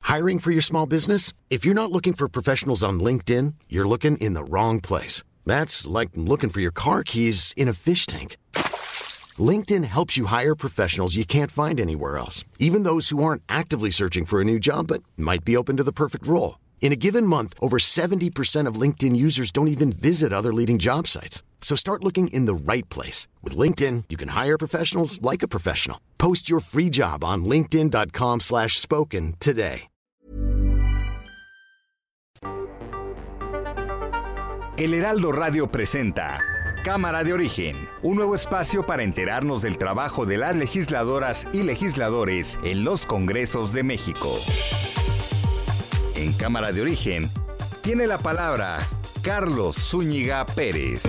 Hiring for your small business? If you're not looking for professionals on LinkedIn, you're looking in the wrong place. That's like looking for your car keys in a fish tank. LinkedIn helps you hire professionals you can't find anywhere else, even those who aren't actively searching for a new job but might be open to the perfect role. In a given month, over 70% of LinkedIn users don't even visit other leading job sites. So start looking in the right place. With LinkedIn, you can hire professionals like a professional. Post your free job on linkedin.com/spoken today. El Heraldo Radio presenta Cámara de Origen, un nuevo espacio para enterarnos del trabajo de las legisladoras y legisladores en los Congresos de México. En Cámara de Origen, tiene la palabra Carlos Zúñiga Pérez.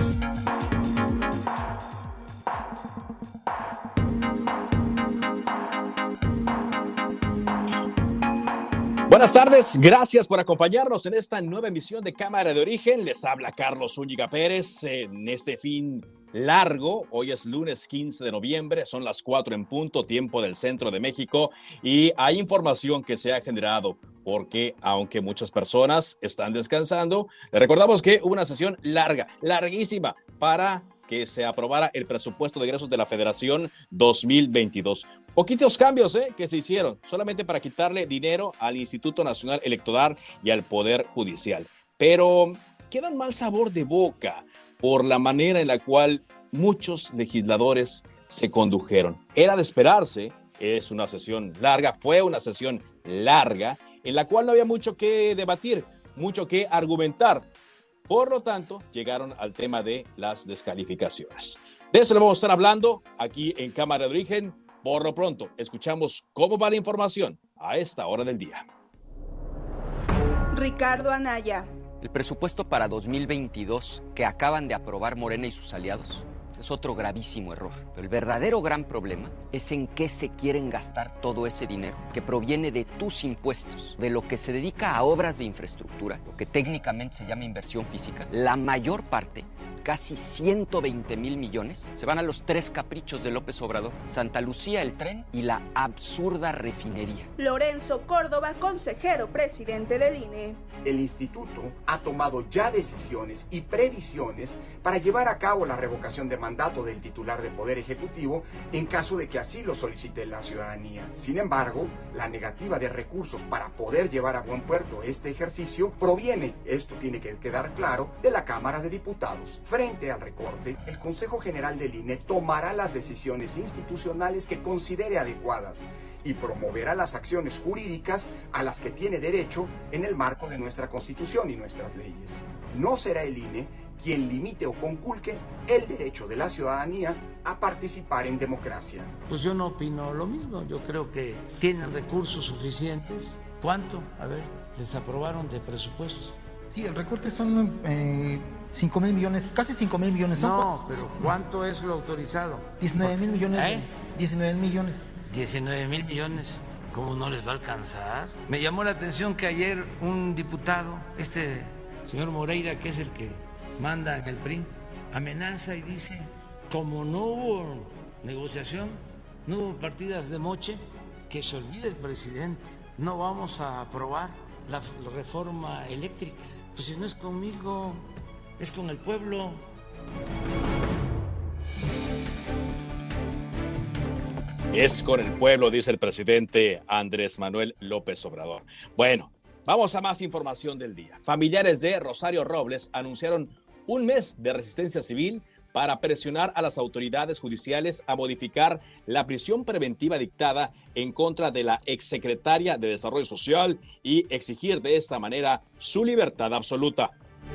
Buenas tardes, gracias por acompañarnos en esta nueva emisión de Cámara de Origen. Les habla Carlos Zúñiga Pérez en este fin largo. Hoy es lunes 15 de noviembre, son las 4 en punto, tiempo del centro de México, y hay información que se ha generado porque aunque muchas personas están descansando, les recordamos que hubo una sesión larguísima para que se aprobara el presupuesto de egresos de la Federación 2022. Poquitos cambios que se hicieron, solamente para quitarle dinero al Instituto Nacional Electoral y al Poder Judicial. Pero queda un mal sabor de boca por la manera en la cual muchos legisladores se condujeron. Era de esperarse, es una sesión larga, fue una sesión larga, en la cual no había mucho que debatir, mucho que argumentar. Por lo tanto, llegaron al tema de las descalificaciones. De eso le vamos a estar hablando aquí en Cámara de Origen. Por lo pronto, escuchamos cómo va la información a esta hora del día. Ricardo Anaya. El presupuesto para 2022 que acaban de aprobar Morena y sus aliados es otro gravísimo error. Pero el verdadero gran problema es en qué se quieren gastar todo ese dinero que proviene de tus impuestos, de lo que se dedica a obras de infraestructura, lo que técnicamente se llama inversión física. La mayor parte, casi 120,000 millones, se van a los tres caprichos de López Obrador: Santa Lucía, el tren y la absurda refinería. Lorenzo Córdoba, consejero presidente del INE. El instituto ha tomado ya decisiones y previsiones para llevar a cabo la revocación de mandato del titular de Poder Ejecutivo en caso de que así lo solicite la ciudadanía. Sin embargo, la negativa de recursos para poder llevar a buen puerto este ejercicio proviene, esto tiene que quedar claro, de la Cámara de Diputados. Frente al recorte, el Consejo General del INE tomará las decisiones institucionales que considere adecuadas y promoverá las acciones jurídicas a las que tiene derecho en el marco de nuestra Constitución y nuestras leyes. No será el INE quien limite o conculque el derecho de la ciudadanía a participar en democracia. Pues yo no opino lo mismo, yo creo que tienen recursos suficientes. ¿Cuánto? A ver, les aprobaron de presupuestos. Sí, el recorte son 5,000 millones, casi 5,000 millones. No, pero ¿cuánto es lo autorizado? 19,000 millones. 19,000 millones. 19,000 millones. ¿Cómo no les va a alcanzar? Me llamó la atención que ayer un diputado, señor Moreira, que es el que manda en el PRI, amenaza y dice, como no hubo negociación, no hubo partidas de moche, que se olvide el presidente, no vamos a aprobar la reforma eléctrica. Pues si no es conmigo, es con el pueblo. Es con el pueblo, dice el presidente Andrés Manuel López Obrador. Bueno, vamos a más información del día. Familiares de Rosario Robles anunciaron un mes de resistencia civil para presionar a las autoridades judiciales a modificar la prisión preventiva dictada en contra de la exsecretaria de Desarrollo Social y exigir de esta manera su libertad absoluta.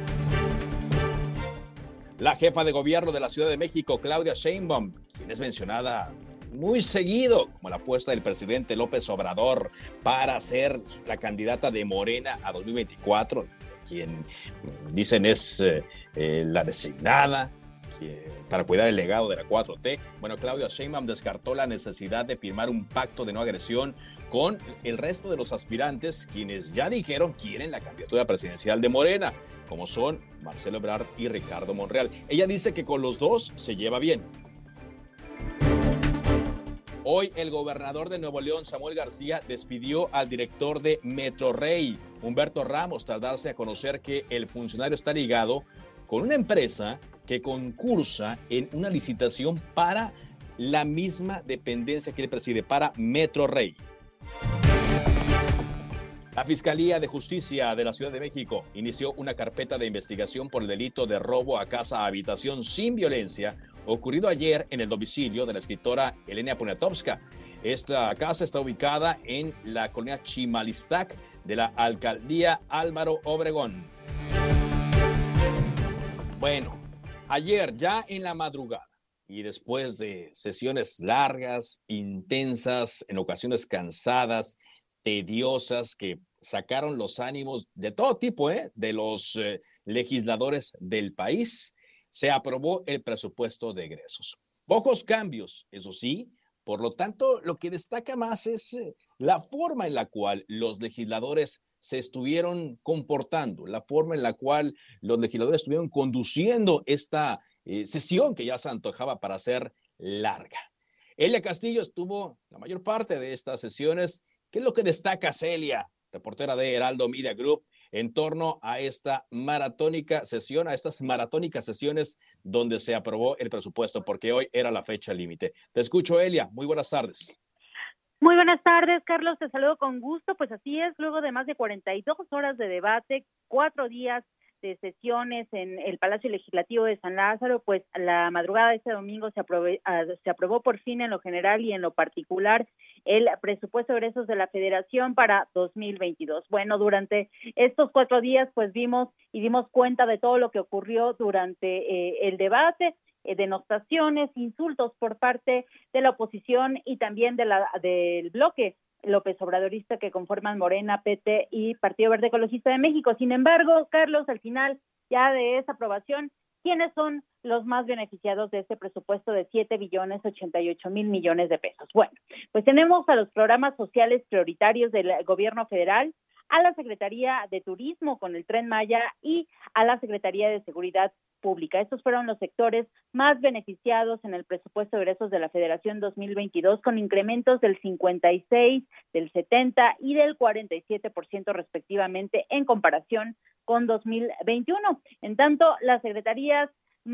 La jefa de gobierno de la Ciudad de México, Claudia Sheinbaum, quien es mencionada muy seguido como la apuesta del presidente López Obrador para ser la candidata de Morena a 2024, quien dicen es la designada para cuidar el legado de la 4T. Bueno, Claudia Sheinbaum descartó la necesidad de firmar un pacto de no agresión con el resto de los aspirantes, quienes ya dijeron quieren la candidatura presidencial de Morena, como son Marcelo Ebrard y Ricardo Monreal. Ella dice que con los dos se lleva bien. Hoy el gobernador de Nuevo León, Samuel García, despidió al director de Metrorrey, Humberto Ramos, tras darse a conocer que el funcionario está ligado con una empresa que concursa en una licitación para la misma dependencia que él preside, para Metrorrey. La Fiscalía de Justicia de la Ciudad de México inició una carpeta de investigación por el delito de robo a casa-habitación sin violencia ocurrido ayer en el domicilio de la escritora Elena Poniatowska. Esta casa está ubicada en la colonia Chimalistac de la alcaldía Álvaro Obregón. Bueno, ayer ya en la madrugada y después de sesiones largas, intensas, en ocasiones cansadas, tediosas, que sacaron los ánimos de todo tipo, de los legisladores del país, se aprobó el presupuesto de egresos. Pocos cambios, eso sí, por lo tanto, lo que destaca más es la forma en la cual los legisladores se estuvieron comportando, la forma en la cual los legisladores estuvieron conduciendo esta sesión que ya se antojaba para ser larga. Elia Castillo estuvo la mayor parte de estas sesiones. ¿Qué es lo que destaca Celia, reportera de Heraldo Media Group, en torno a esta maratónica sesión, a estas maratónicas sesiones donde se aprobó el presupuesto? Porque hoy era la fecha límite. Te escucho, Elia. Muy buenas tardes. Muy buenas tardes, Carlos. Te saludo con gusto. Pues así es, luego de más de 42 horas de debate, 4 días de sesiones en el Palacio Legislativo de San Lázaro, pues la madrugada de este domingo se aprobó por fin en lo general y en lo particular el presupuesto de egresos de la Federación para 2022. Bueno, durante estos 4 días pues dimos cuenta de todo lo que ocurrió durante el debate, denostaciones, insultos por parte de la oposición y también del bloque López Obradorista que conforman Morena, PT y Partido Verde Ecologista de México. Sin embargo, Carlos, al final ya de esa aprobación, ¿quiénes son los más beneficiados de este presupuesto de 7,88 billones de pesos? Bueno, pues tenemos a los programas sociales prioritarios del gobierno federal, a la Secretaría de Turismo con el Tren Maya y a la Secretaría de Seguridad Pública. Estos fueron los sectores más beneficiados en el presupuesto de egresos de la Federación 2022, con incrementos del 56%, del 70% y del 47% respectivamente en comparación con 2021. En tanto, las secretarías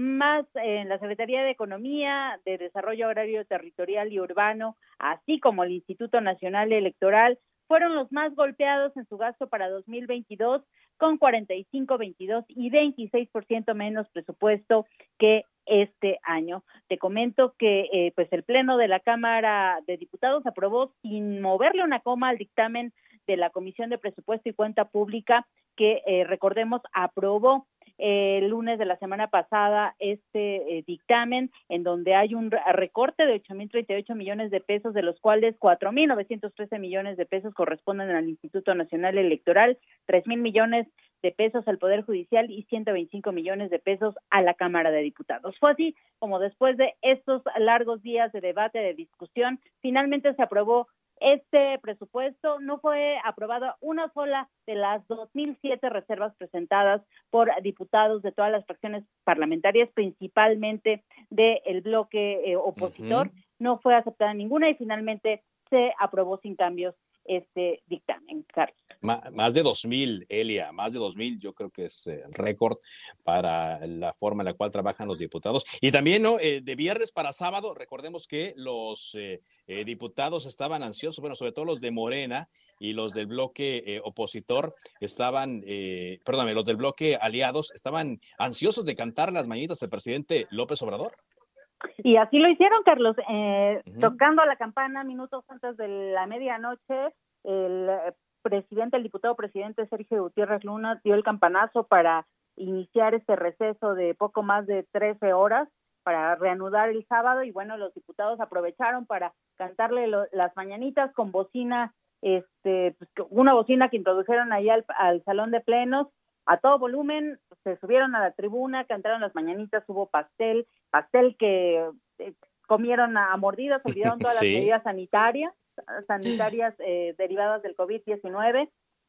la Secretaría de Economía, de Desarrollo Agrario, Territorial y Urbano, así como el Instituto Nacional Electoral, fueron los más golpeados en su gasto para 2022, con 45, 22 y 26% menos presupuesto que este año. Te comento que pues el Pleno de la Cámara de Diputados aprobó sin moverle una coma al dictamen de la Comisión de Presupuesto y Cuenta Pública, que recordemos aprobó el lunes de la semana pasada este dictamen, en donde hay un recorte de 8,038 millones de pesos, de los cuales 4,913 millones de pesos corresponden al Instituto Nacional Electoral, 3,000 millones de pesos al Poder Judicial y 125 millones de pesos a la Cámara de Diputados. Fue así como después de estos largos días de debate, de discusión, finalmente se aprobó este presupuesto. No fue aprobada una sola de las 2,007 reservas presentadas por diputados de todas las fracciones parlamentarias, principalmente del bloque opositor. No fue aceptada ninguna y finalmente se aprobó sin cambios este dictamen, Carlos. Más de 2,000, Elia, más de 2,000, yo creo que es récord para la forma en la cual trabajan los diputados. Y también, ¿no? De viernes para sábado, recordemos que los diputados estaban ansiosos, bueno, sobre todo los de Morena y los del bloque opositor estaban, los del bloque aliados estaban ansiosos de cantar las mañanitas del presidente López Obrador. Y así lo hicieron, Carlos, tocando la campana minutos antes de la medianoche. El diputado presidente Sergio Gutiérrez Luna dio el campanazo para iniciar este receso de poco más de 13 horas para reanudar el sábado, y bueno, los diputados aprovecharon para cantarle las mañanitas con bocina, una bocina que introdujeron ahí al salón de plenos a todo volumen. Se subieron a la tribuna, cantaron las mañanitas, hubo pastel que comieron a mordidas, olvidaron todas las medidas sanitarias derivadas del COVID-19,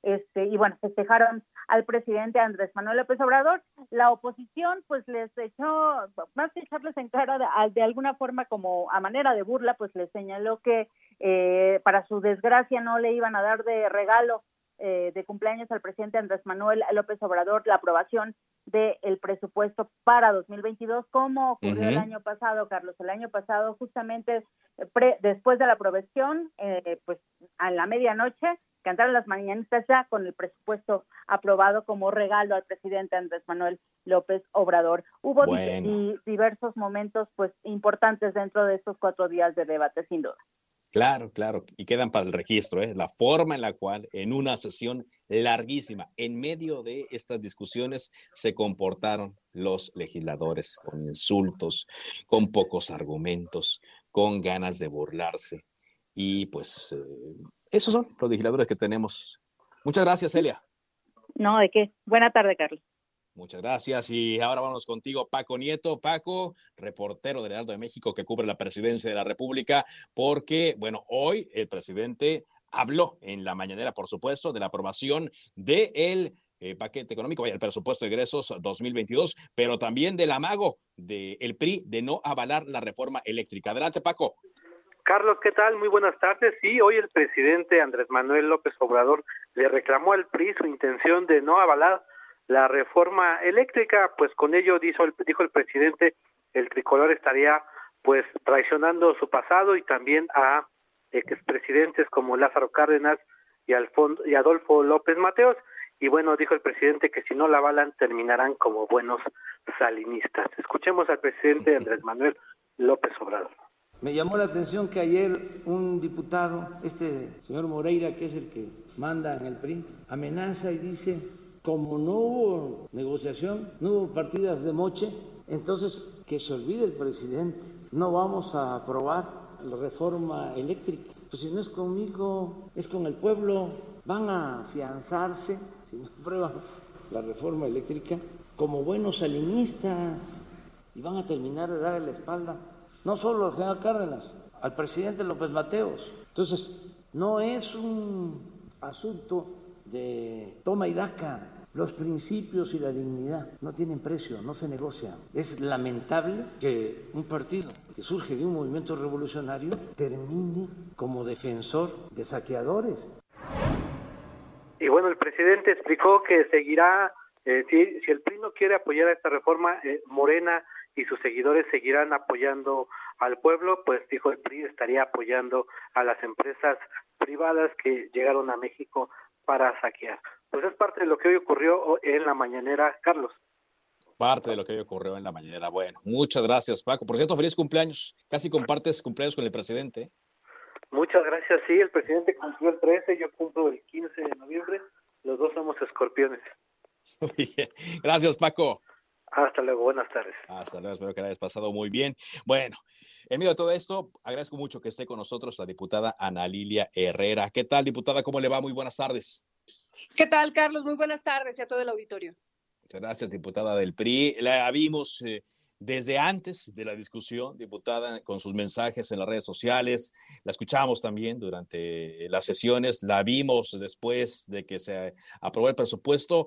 y bueno, festejaron al presidente Andrés Manuel López Obrador. La oposición pues les echó, más que echarles en cara de alguna forma como a manera de burla, pues les señaló que para su desgracia no le iban a dar de regalo de cumpleaños al presidente Andrés Manuel López Obrador la aprobación del presupuesto para 2022, como ocurrió el año pasado, Carlos. El año pasado, justamente después de la aprobación, pues a la medianoche, cantaron las mañanitas ya con el presupuesto aprobado como regalo al presidente Andrés Manuel López Obrador. Hubo diversos momentos pues importantes dentro de estos 4 días de debate, sin duda. Claro, y quedan para el registro, la forma en la cual en una sesión larguísima, en medio de estas discusiones, se comportaron los legisladores con insultos, con pocos argumentos, con ganas de burlarse. Y pues esos son los legisladores que tenemos. Muchas gracias, Celia. No, ¿de qué? Buena tarde, Carlos. Muchas gracias. Y ahora vamos contigo, Paco Nieto. Paco, reportero del Heraldo de México que cubre la presidencia de la República, porque, bueno, hoy el presidente habló en la mañanera, por supuesto, de la aprobación del paquete económico, el presupuesto de egresos 2022, pero también del amago del PRI de no avalar la reforma eléctrica. Adelante, Paco. Carlos, ¿qué tal? Muy buenas tardes. Sí, hoy el presidente Andrés Manuel López Obrador le reclamó al PRI su intención de no avalar la reforma eléctrica, pues con ello dijo el presidente, el tricolor estaría pues traicionando su pasado y también a expresidentes como Lázaro Cárdenas y Adolfo López Mateos, y bueno, dijo el presidente que si no la avalan terminarán como buenos salinistas. Escuchemos al presidente Andrés Manuel López Obrador. Me llamó la atención que ayer un diputado, señor Moreira, que es el que manda en el PRI, amenaza y dice: como no hubo negociación, no hubo partidas de moche, entonces que se olvide el presidente, no vamos a aprobar la reforma eléctrica. Pues si no es conmigo, es con el pueblo. Van a afianzarse, si no aprueban la reforma eléctrica, como buenos salinistas, y van a terminar de darle la espalda, no solo al general Cárdenas, al presidente López Mateos. Entonces, no es un asunto de toma y daca. Los principios y la dignidad no tienen precio, no se negocian. Es lamentable que un partido que surge de un movimiento revolucionario termine como defensor de saqueadores. Y bueno, el presidente explicó que seguirá, si el PRI no quiere apoyar a esta reforma, Morena y sus seguidores seguirán apoyando al pueblo, pues dijo el PRI estaría apoyando a las empresas privadas que llegaron a México para saquear. Pues es parte de lo que hoy ocurrió en la mañanera, Carlos. Parte de lo que hoy ocurrió en la mañanera. Bueno, muchas gracias, Paco. Por cierto, feliz cumpleaños. Casi compartes cumpleaños con el presidente. Muchas gracias. Sí, el presidente cumplió el 13, yo cumplo el 15 de noviembre. Los dos somos escorpiones. Muy bien. Gracias, Paco. Hasta luego, buenas tardes. Hasta luego, espero que la hayas pasado muy bien. Bueno, en medio de todo esto, agradezco mucho que esté con nosotros la diputada Ana Lilia Herrera. ¿Qué tal, diputada? ¿Cómo le va? Muy buenas tardes. ¿Qué tal, Carlos? Muy buenas tardes y a todo el auditorio. Muchas gracias, diputada del PRI. La vimos desde antes de la discusión, diputada, con sus mensajes en las redes sociales. La escuchamos también durante las sesiones. La vimos después de que se aprobó el presupuesto,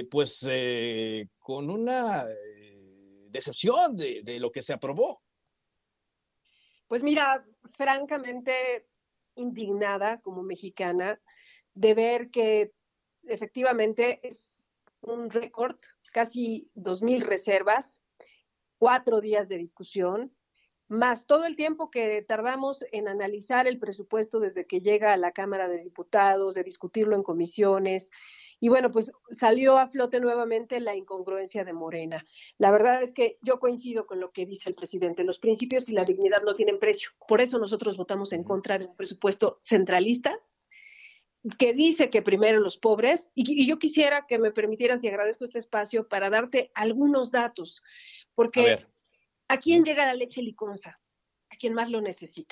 con una decepción de lo que se aprobó. Pues mira, francamente indignada como mexicana de ver que efectivamente es un récord, casi 2,000 reservas, 4 días de discusión, más todo el tiempo que tardamos en analizar el presupuesto desde que llega a la Cámara de Diputados, de discutirlo en comisiones. Y bueno, pues salió a flote nuevamente la incongruencia de Morena. La verdad es que yo coincido con lo que dice el presidente. Los principios y la dignidad no tienen precio. Por eso nosotros votamos en contra de un presupuesto centralista que dice que primero los pobres. Y yo quisiera que me permitieras, y agradezco este espacio, para darte algunos datos. Porque ¿a quién llega la leche liconza? A quien más lo necesita.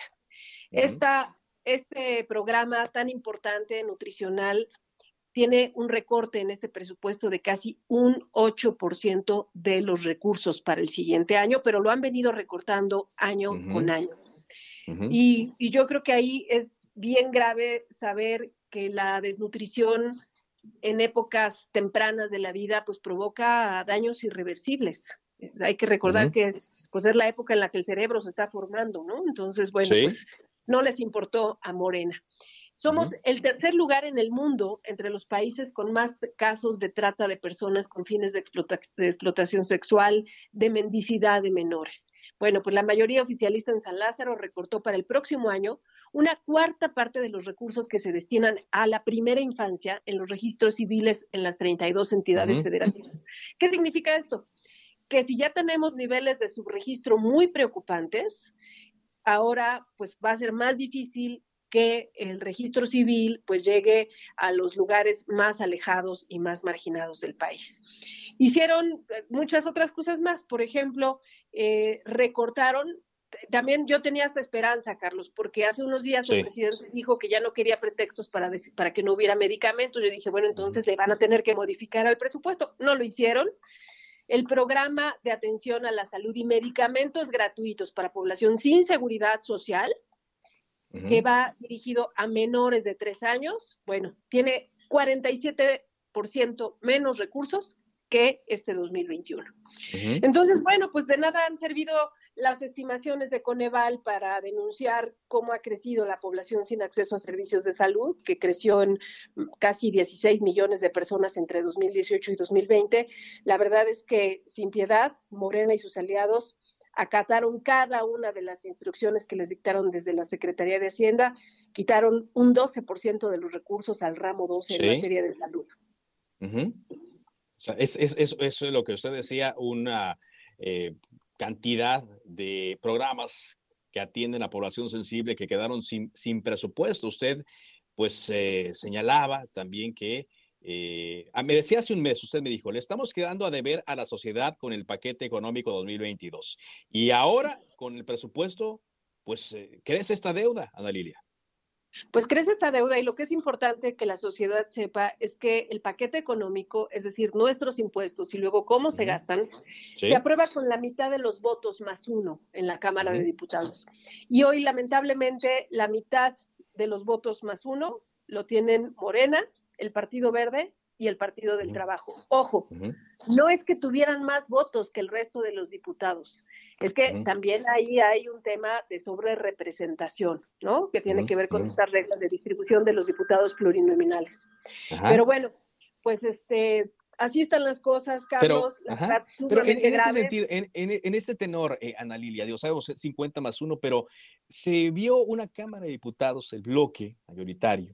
Este programa tan importante, nutricional, tiene un recorte en este presupuesto de casi un 8% de los recursos para el siguiente año, pero lo han venido recortando año con año. Y yo creo que ahí es bien grave saber que la desnutrición en épocas tempranas de la vida, pues provoca daños irreversibles. Hay que recordar que pues es la época en la que el cerebro se está formando, ¿no? Entonces, bueno, pues no les importó a Morena. Somos el tercer lugar en el mundo entre los países con más casos de trata de personas con fines de explotación sexual, de mendicidad de menores. Bueno, pues la mayoría oficialista en San Lázaro recortó para el próximo año una cuarta parte de los recursos que se destinan a la primera infancia en los registros civiles en las 32 entidades federativas. ¿Qué significa esto? Que si ya tenemos niveles de subregistro muy preocupantes, ahora pues va a ser más difícil que el registro civil pues llegue a los lugares más alejados y más marginados del país. Hicieron muchas otras cosas más, por ejemplo, recortaron, también yo tenía esta esperanza, Carlos, porque hace unos días el presidente dijo que ya no quería pretextos para que no hubiera medicamentos. Yo dije, bueno, entonces le van a tener que modificar el presupuesto. No lo hicieron. El programa de atención a la salud y medicamentos gratuitos para población sin seguridad social, que va dirigido a menores de 3 años, bueno, tiene 47% menos recursos que este 2021. Entonces, bueno, pues de nada han servido las estimaciones de Coneval para denunciar cómo ha crecido la población sin acceso a servicios de salud, que creció en casi 16 millones de personas entre 2018 y 2020. La verdad es que, sin piedad, Morena y sus aliados acataron cada una de las instrucciones que les dictaron desde la Secretaría de Hacienda, quitaron un 12% de los recursos al ramo 12 en materia de salud. O sea, eso es lo que usted decía, una cantidad de programas que atienden a población sensible que quedaron sin presupuesto. Usted, pues, señalaba también que me decía hace un mes, usted me dijo, le estamos quedando a deber a la sociedad con el paquete económico 2022. Y ahora, con el presupuesto, pues crece esta deuda, Ana Lilia. Pues crece esta deuda y lo que es importante que la sociedad sepa es que el paquete económico, es decir, nuestros impuestos y luego cómo se gastan, se aprueba con la mitad de los votos más uno en la Cámara de Diputados. Y hoy, lamentablemente, la mitad de los votos más uno lo tienen Morena, el Partido Verde y el Partido del Trabajo. Ojo, no es que tuvieran más votos que el resto de los diputados, es que también ahí hay un tema de sobrerepresentación, ¿no? Que tiene que ver con estas reglas de distribución de los diputados plurinominales. Pero bueno, pues así están las cosas, Carlos. Pero en ese sentido, en este tenor, Ana Lilia, Dios sabemos 50 más 1, pero se vio una Cámara de Diputados, el bloque mayoritario,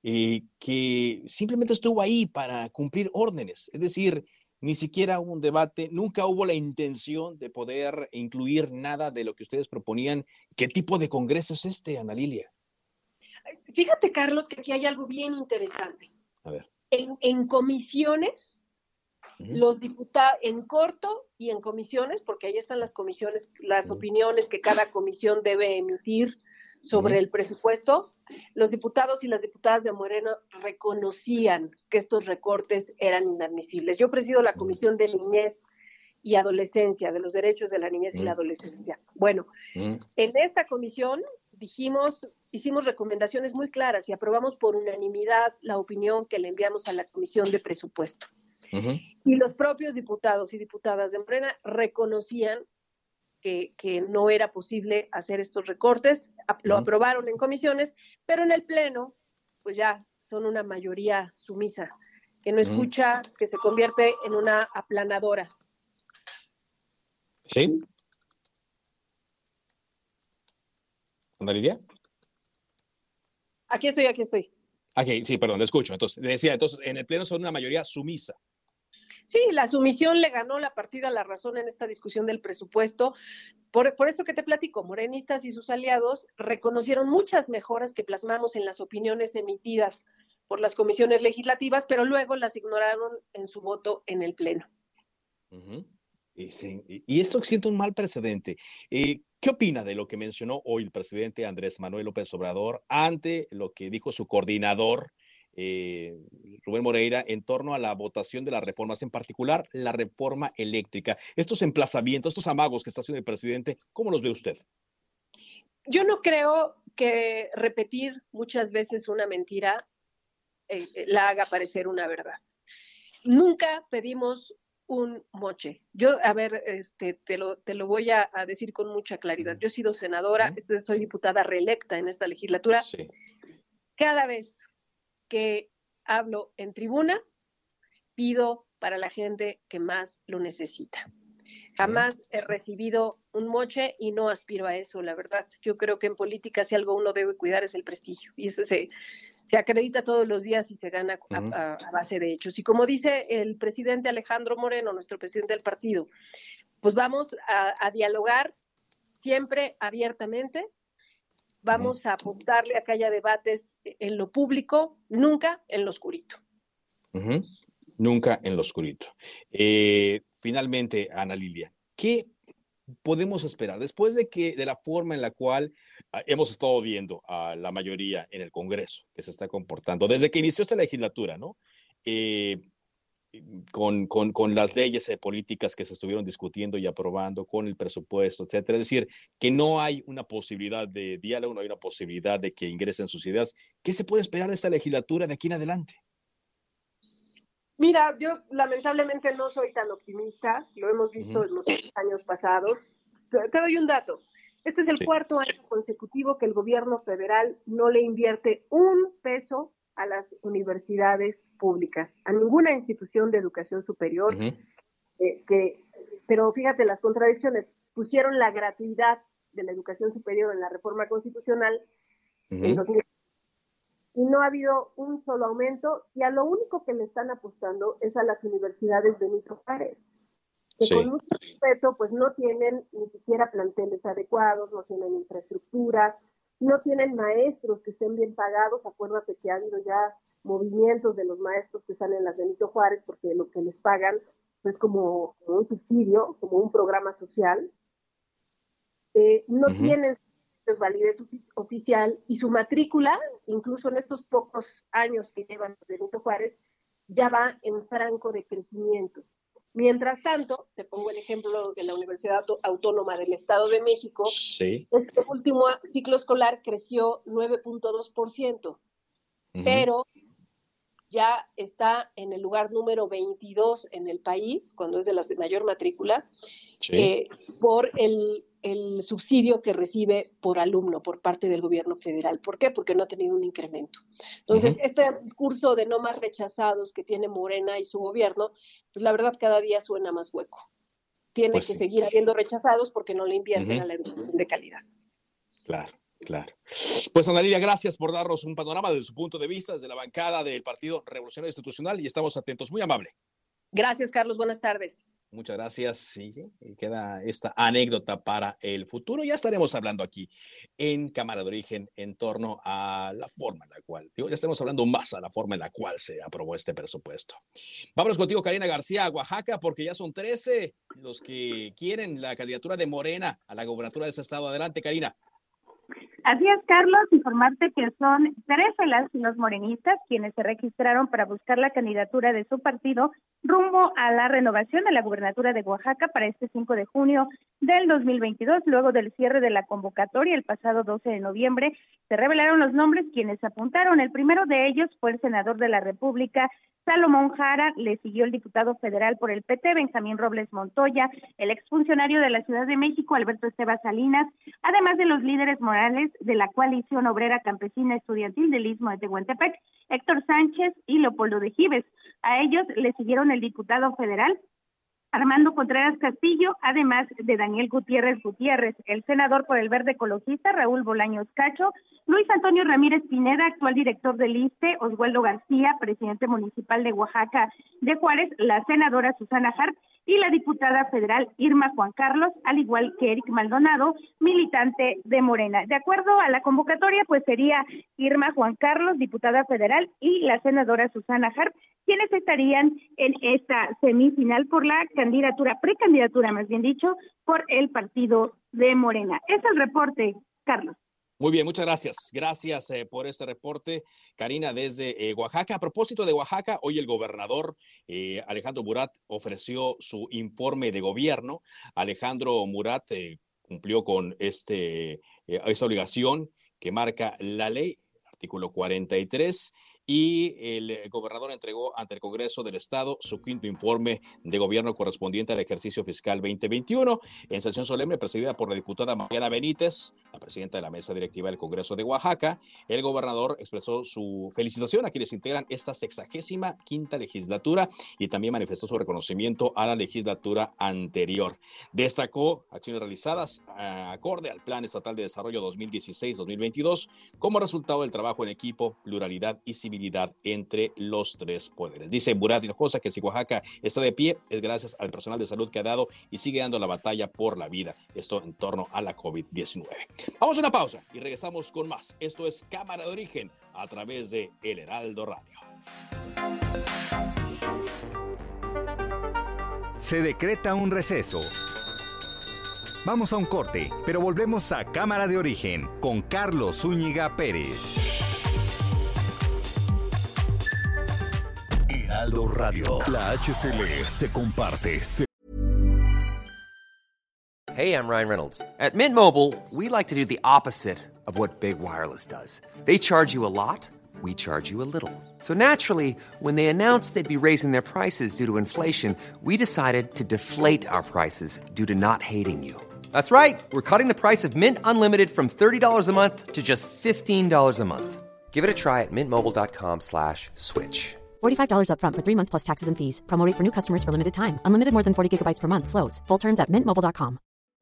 que simplemente estuvo ahí para cumplir órdenes. Es decir, ni siquiera hubo un debate, nunca hubo la intención de poder incluir nada de lo que ustedes proponían. ¿Qué tipo de congreso es este, Ana Lilia? Fíjate, Carlos, que aquí hay algo bien interesante. A ver. En comisiones, los diputados, en corto y en comisiones, porque ahí están las comisiones, las opiniones que cada comisión debe emitir sobre el presupuesto, los diputados y las diputadas de Morena reconocían que estos recortes eran inadmisibles. Yo presido la Comisión de Niñez y Adolescencia, de los derechos de la niñez y la adolescencia. Bueno, en esta comisión hicimos recomendaciones muy claras y aprobamos por unanimidad la opinión que le enviamos a la Comisión de Presupuesto. Y los propios diputados y diputadas de Morena reconocían que no era posible hacer estos recortes, lo aprobaron en comisiones, pero en el Pleno, pues ya son una mayoría sumisa, que no escucha, que se convierte en una aplanadora. ¿Sí? ¿Ana Lilia? Aquí estoy. Okay, sí, perdón, lo escucho. Entonces, decía, en el Pleno son una mayoría sumisa. Sí, la sumisión le ganó la partida a la razón en esta discusión del presupuesto. Por esto que te platico, morenistas y sus aliados reconocieron muchas mejoras que plasmamos en las opiniones emitidas por las comisiones legislativas, pero luego las ignoraron en su voto en el Pleno. Y esto siente un mal precedente. ¿Qué opina de lo que mencionó hoy el presidente Andrés Manuel López Obrador ante lo que dijo su coordinador, Rubén Moreira, en torno a la votación de las reformas, en particular la reforma eléctrica? Estos emplazamientos, estos amagos que está haciendo el presidente, ¿cómo los ve usted? Yo no creo que repetir muchas veces una mentira la haga parecer una verdad. Nunca pedimos un moche. Yo, a ver, te lo voy a decir con mucha claridad. Yo he sido senadora, soy diputada reelecta en esta legislatura. Sí. Cada vez que hablo en tribuna, pido para la gente que más lo necesita. Jamás he recibido un moche y no aspiro a eso, la verdad. Yo creo que en política si algo uno debe cuidar es el prestigio, y eso se acredita todos los días y se gana a base de hechos. Y como dice el presidente Alejandro Moreno, nuestro presidente del partido, pues vamos a dialogar siempre abiertamente, vamos a apostarle a que haya debates en lo público, nunca en lo oscurito. Nunca en lo oscurito. Finalmente, Ana Lilia, ¿qué podemos esperar después de la forma en la cual hemos estado viendo a la mayoría en el Congreso que se está comportando desde que inició esta legislatura, ¿no? Con las leyes políticas que se estuvieron discutiendo y aprobando, con el presupuesto, etcétera. Es decir, que no hay una posibilidad de diálogo, no hay una posibilidad de que ingresen sus ideas. ¿Qué se puede esperar de esta legislatura de aquí en adelante? Mira, yo lamentablemente no soy tan optimista, lo hemos visto en los años pasados. Te doy un dato. Este es el cuarto año consecutivo que el gobierno federal no le invierte un peso a las universidades públicas, a ninguna institución de educación superior. Pero fíjate las contradicciones. Pusieron la gratuidad de la educación superior en la reforma constitucional en 2000. Y no ha habido un solo aumento, y a lo único que le están apostando es a las universidades Benito Juárez, que con mucho respeto pues no tienen ni siquiera planteles adecuados, no tienen infraestructura, no tienen maestros que estén bien pagados. Acuérdate que ha habido ya movimientos de los maestros que están en las Benito Juárez porque lo que les pagan es como un subsidio, como un programa social. No tienen validez oficial, y su matrícula, incluso en estos pocos años que llevan Benito Juárez, ya va en franco de crecimiento. Mientras tanto, te pongo el ejemplo de la Universidad Autónoma del Estado de México. Este último ciclo escolar creció 9.2%, pero ya está en el lugar número 22 en el país, cuando es de las de mayor matrícula, por el subsidio que recibe por alumno por parte del gobierno federal. ¿Por qué? Porque no ha tenido un incremento. Entonces, este discurso de no más rechazados que tiene Morena y su gobierno, pues la verdad cada día suena más hueco. Tiene que seguir habiendo rechazados porque no le invierten a la educación de calidad. Claro. Pues Ana Lilia, gracias por darnos un panorama desde su punto de vista, desde la bancada del Partido Revolucionario Institucional, y estamos atentos. Muy amable. Gracias, Carlos. Buenas tardes. Muchas gracias. Sí, queda esta anécdota para el futuro. Ya estaremos hablando aquí en Cámara de Origen en torno a la forma en la cual, ya estamos hablando más a la forma en la cual se aprobó este presupuesto. Vámonos contigo, Karina García, a Oaxaca, porque ya son 13 los que quieren la candidatura de Morena a la gobernatura de ese estado. Adelante, Karina. Así es, Carlos, informarte que son 13 las y los morenistas quienes se registraron para buscar la candidatura de su partido rumbo a la renovación de la gubernatura de Oaxaca para este 5 de junio del 2022. Luego del cierre de la convocatoria el pasado 12 de noviembre, se revelaron los nombres quienes se apuntaron. El primero de ellos fue el senador de la República, Salomón Jara. Le siguió el diputado federal por el PT, Benjamín Robles Montoya, el exfuncionario de la Ciudad de México, Alberto Esteban Salinas, además de los líderes morales de la Coalición Obrera Campesina Estudiantil del Istmo de Tehuantepec, Héctor Sánchez y Leopoldo de Gives. A ellos le siguieron el diputado federal Armando Contreras Castillo, además de Daniel Gutiérrez, el senador por el Verde Ecologista, Raúl Bolaños Cacho, Luis Antonio Ramírez Pineda, actual director del ISSSTE, Oswaldo García, presidente municipal de Oaxaca de Juárez, la senadora Susana Harp y la diputada federal Irma Juan Carlos, al igual que Eric Maldonado, militante de Morena. De acuerdo a la convocatoria, pues sería Irma Juan Carlos, diputada federal, y la senadora Susana Harp, quienes estarían en esta semifinal por la precandidatura, más bien dicho, por el partido de Morena. Es el reporte, Carlos. Muy bien, muchas gracias. Gracias por este reporte, Karina, desde Oaxaca. A propósito de Oaxaca, hoy el gobernador Alejandro Murat ofreció su informe de gobierno. Alejandro Murat cumplió con esta obligación que marca la ley, artículo 43, y el gobernador entregó ante el Congreso del Estado su quinto informe de gobierno correspondiente al ejercicio fiscal 2021. En sesión solemne presidida por la diputada Mariana Benítez, la presidenta de la mesa directiva del Congreso de Oaxaca, el gobernador expresó su felicitación a quienes integran esta 65ª legislatura y también manifestó su reconocimiento a la legislatura anterior. Destacó acciones realizadas acorde al Plan Estatal de Desarrollo 2016-2022 como resultado del trabajo en equipo, pluralidad y civilidad entre los tres poderes. Dice Murat Hinojosa que si Oaxaca está de pie es gracias al personal de salud que ha dado y sigue dando la batalla por la vida. Esto en torno a la COVID-19. Vamos a una pausa y regresamos con más. Esto es Cámara de Origen a través de El Heraldo Radio. Se decreta un receso. Vamos a un corte, pero volvemos a Cámara de Origen con Carlos Zúñiga Pérez. Heraldo Radio. La HCL se comparte. Hey, I'm Ryan Reynolds. At Mint Mobile, we like to do the opposite of what Big Wireless does. They charge you a lot, we charge you a little. So naturally, when they announced they'd be raising their prices due to inflation, we decided to deflate our prices due to not hating you. That's right. We're cutting the price of Mint Unlimited from $30 a month to just $15 a month. Give it a try at mintmobile.com/switch. $45 up front for 3 months plus taxes and fees. Promo rate for new customers for limited time. Unlimited more than 40 gigabytes per month. Slows full terms at mintmobile.com.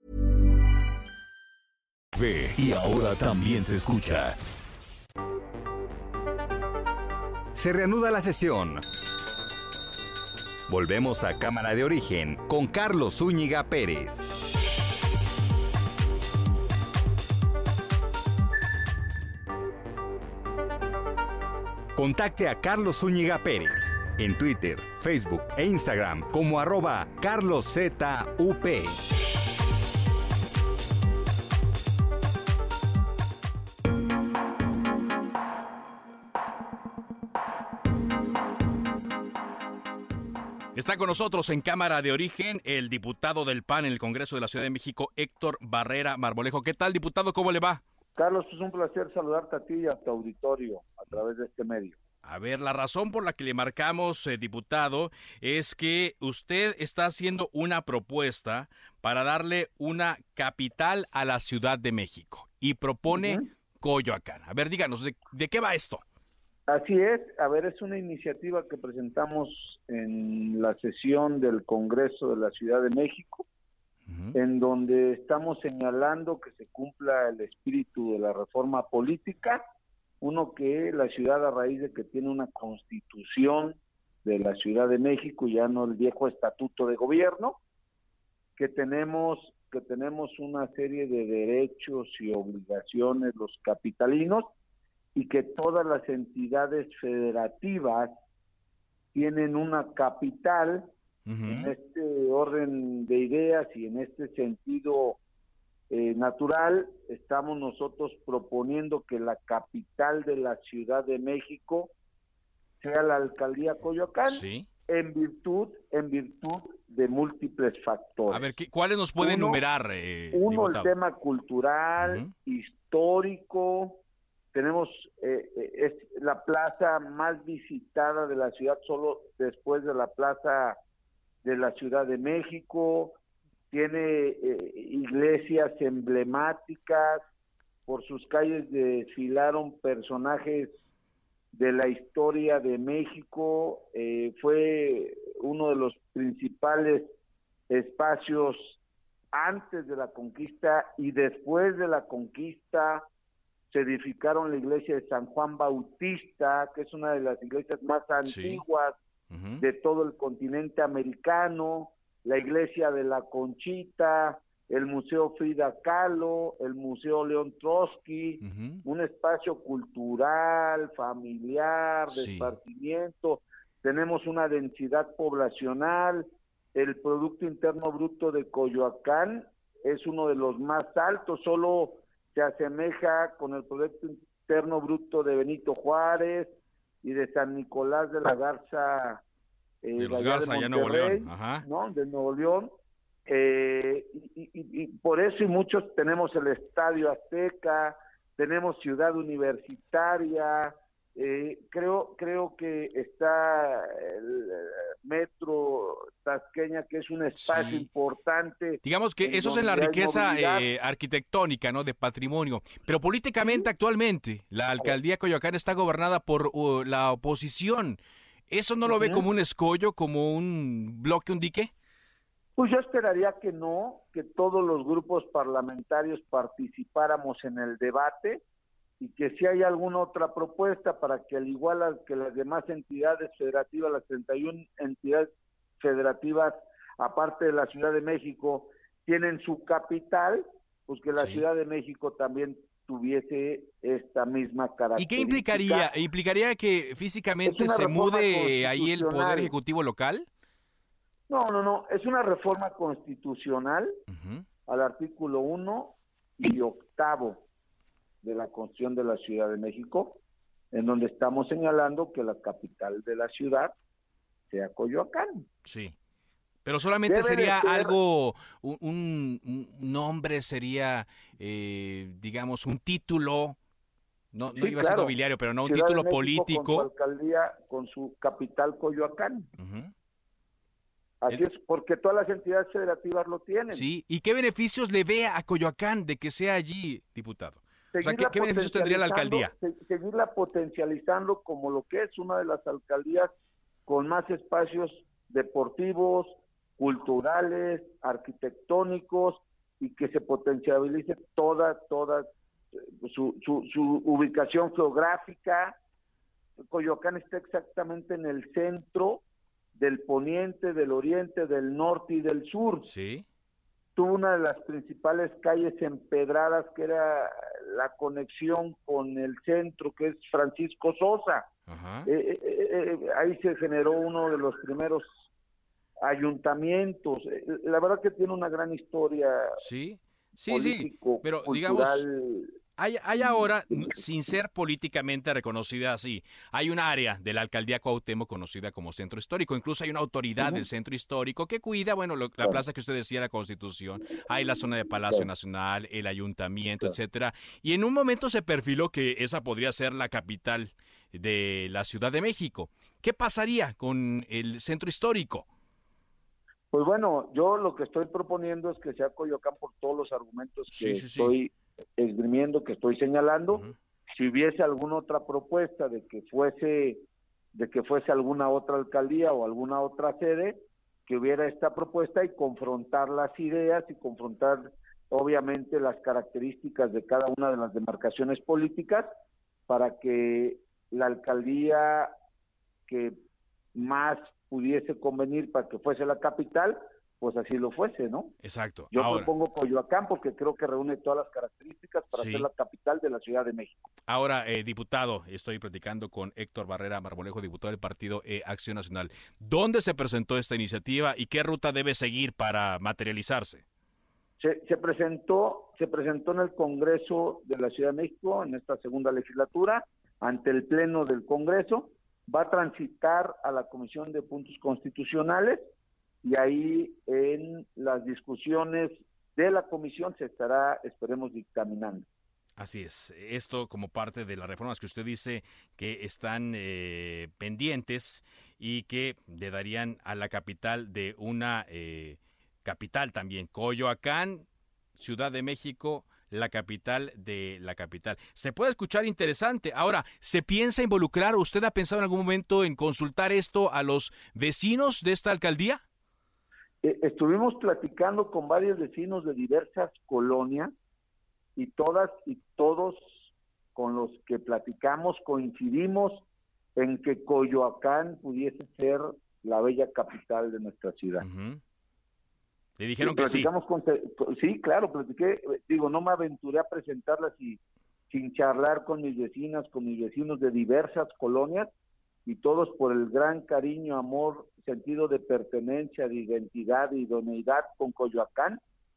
Ve, y ahora también se escucha. Se reanuda la sesión. Volvemos a Cámara de Origen con Carlos Zúñiga Pérez. Contacte a Carlos Zúñiga Pérez en Twitter, Facebook e Instagram como @CarlosZUP. Está con nosotros en Cámara de Origen el diputado del PAN en el Congreso de la Ciudad de México, Héctor Barrera Marmolejo. ¿Qué tal, diputado? ¿Cómo le va? Carlos, es un placer saludarte a ti y a tu auditorio a través de este medio. A ver, la razón por la que le marcamos, diputado, es que usted está haciendo una propuesta para darle una capital a la Ciudad de México y propone Coyoacán. A ver, díganos, ¿de qué va esto? Así es, a ver, es una iniciativa que presentamos en la sesión del Congreso de la Ciudad de México, en donde estamos señalando que se cumpla el espíritu de la reforma política, uno que la ciudad, a raíz de que tiene una constitución de la Ciudad de México, ya no el viejo estatuto de gobierno, que tenemos una serie de derechos y obligaciones los capitalinos, y que todas las entidades federativas tienen una capital. En este orden de ideas y en este sentido natural, estamos nosotros proponiendo que la capital de la Ciudad de México sea la alcaldía Coyoacán, en virtud de múltiples factores. A ver, ¿cuáles nos puede enumerar, uno, diputado? el tema cultural, histórico. Tenemos es la plaza más visitada de la ciudad, solo después de la plaza de la Ciudad de México. Tiene iglesias emblemáticas, por sus calles desfilaron personajes de la historia de México, fue uno de los principales espacios antes de la conquista y después de la conquista. Se edificaron la iglesia de San Juan Bautista, que es una de las iglesias más antiguas de todo el continente americano, la iglesia de la Conchita, el Museo Frida Kahlo, el Museo León Trotsky, un espacio cultural, familiar, de esparcimiento. Tenemos una densidad poblacional, el Producto Interno Bruto de Coyoacán es uno de los más altos, solo se asemeja con el Producto Interno Bruto de Benito Juárez y de San Nicolás de la Garza, de los Garza, allá en Nuevo León, ¿no? De Nuevo León, y por eso, y muchos tenemos el Estadio Azteca, tenemos Ciudad Universitaria, Creo que está el metro Tasqueña, que es un espacio importante. Digamos que eso es en la riqueza arquitectónica, ¿no? De patrimonio. Pero políticamente, actualmente, la alcaldía de Coyoacán está gobernada por la oposición. ¿Eso no lo ve como un escollo, como un bloque, un dique? Pues yo esperaría que no, que todos los grupos parlamentarios participáramos en el debate y que si hay alguna otra propuesta para que al igual que las demás entidades federativas, las 31 entidades federativas, aparte de la Ciudad de México, tienen su capital, pues que la Ciudad de México también tuviese esta misma característica. ¿Y qué implicaría? ¿Implicaría que físicamente se mude ahí el Poder Ejecutivo local? No, es una reforma constitucional al artículo 1 y 8 de la Constitución de la Ciudad de México, en donde estamos señalando que la capital de la ciudad sea Coyoacán. Sí, pero solamente sería algo, un nombre, sería, digamos, un título, no iba a ser nobiliario, pero no un Ciudad título de México político. Con su alcaldía, con su capital Coyoacán. Así es, porque todas las entidades federativas lo tienen. Sí, ¿y qué beneficios le ve a Coyoacán de que sea allí, diputado? O sea, ¿qué beneficios tendría la alcaldía? Seguirla potencializando como lo que es una de las alcaldías con más espacios deportivos, culturales, arquitectónicos, y que se potencialice toda su ubicación geográfica. Coyoacán está exactamente en el centro del poniente, del oriente, del norte y del sur. Sí. Tuvo una de las principales calles empedradas, que era la conexión con el centro, que es Francisco Sosa. Ahí se generó uno de los primeros ayuntamientos. La verdad que tiene una gran historia. Sí, pero cultural, digamos, hay ahora, sin ser políticamente reconocida así, hay un área de la alcaldía Cuauhtémoc conocida como Centro Histórico. Incluso hay una autoridad del Centro Histórico que cuida, la plaza que usted decía, la Constitución, hay la zona de Palacio Nacional, el ayuntamiento, etcétera. Y en un momento se perfiló que esa podría ser la capital de la Ciudad de México. ¿Qué pasaría con el Centro Histórico? Pues bueno, yo lo que estoy proponiendo es que sea Coyoacán por todos los argumentos que estoy esgrimiendo, que estoy señalando. Si hubiese alguna otra propuesta de que fuese alguna otra alcaldía o alguna otra sede, que hubiera esta propuesta y confrontar las ideas y confrontar obviamente las características de cada una de las demarcaciones políticas para que la alcaldía que más pudiese convenir para que fuese la capital, pues así lo fuese, ¿no? Exacto. Yo propongo Coyoacán porque creo que reúne todas las características para ser la capital de la Ciudad de México. Ahora, diputado, estoy platicando con Héctor Barrera Marmolejo, diputado del partido Acción Nacional. ¿Dónde se presentó esta iniciativa y qué ruta debe seguir para materializarse? Se presentó en el Congreso de la Ciudad de México en esta segunda legislatura, ante el Pleno del Congreso. Va a transitar a la Comisión de Puntos Constitucionales y ahí en las discusiones de la comisión se estará, esperemos, dictaminando. Así es, esto como parte de las reformas que usted dice que están pendientes y que le darían a la capital de una capital también, Coyoacán, Ciudad de México, la capital de la capital. Se puede escuchar interesante. Ahora, ¿se piensa involucrar? ¿Usted ha pensado en algún momento en consultar esto a los vecinos de esta alcaldía? Estuvimos platicando con varios vecinos de diversas colonias y todas y todos con los que platicamos coincidimos en que Coyoacán pudiese ser la bella capital de nuestra ciudad. Le dijeron que sí. Sí, claro, platiqué, no me aventuré a presentarlas sin charlar con mis vecinas, con mis vecinos de diversas colonias, y todos por el gran cariño, amor, sentido de pertenencia, de identidad, de idoneidad con Coyoacán,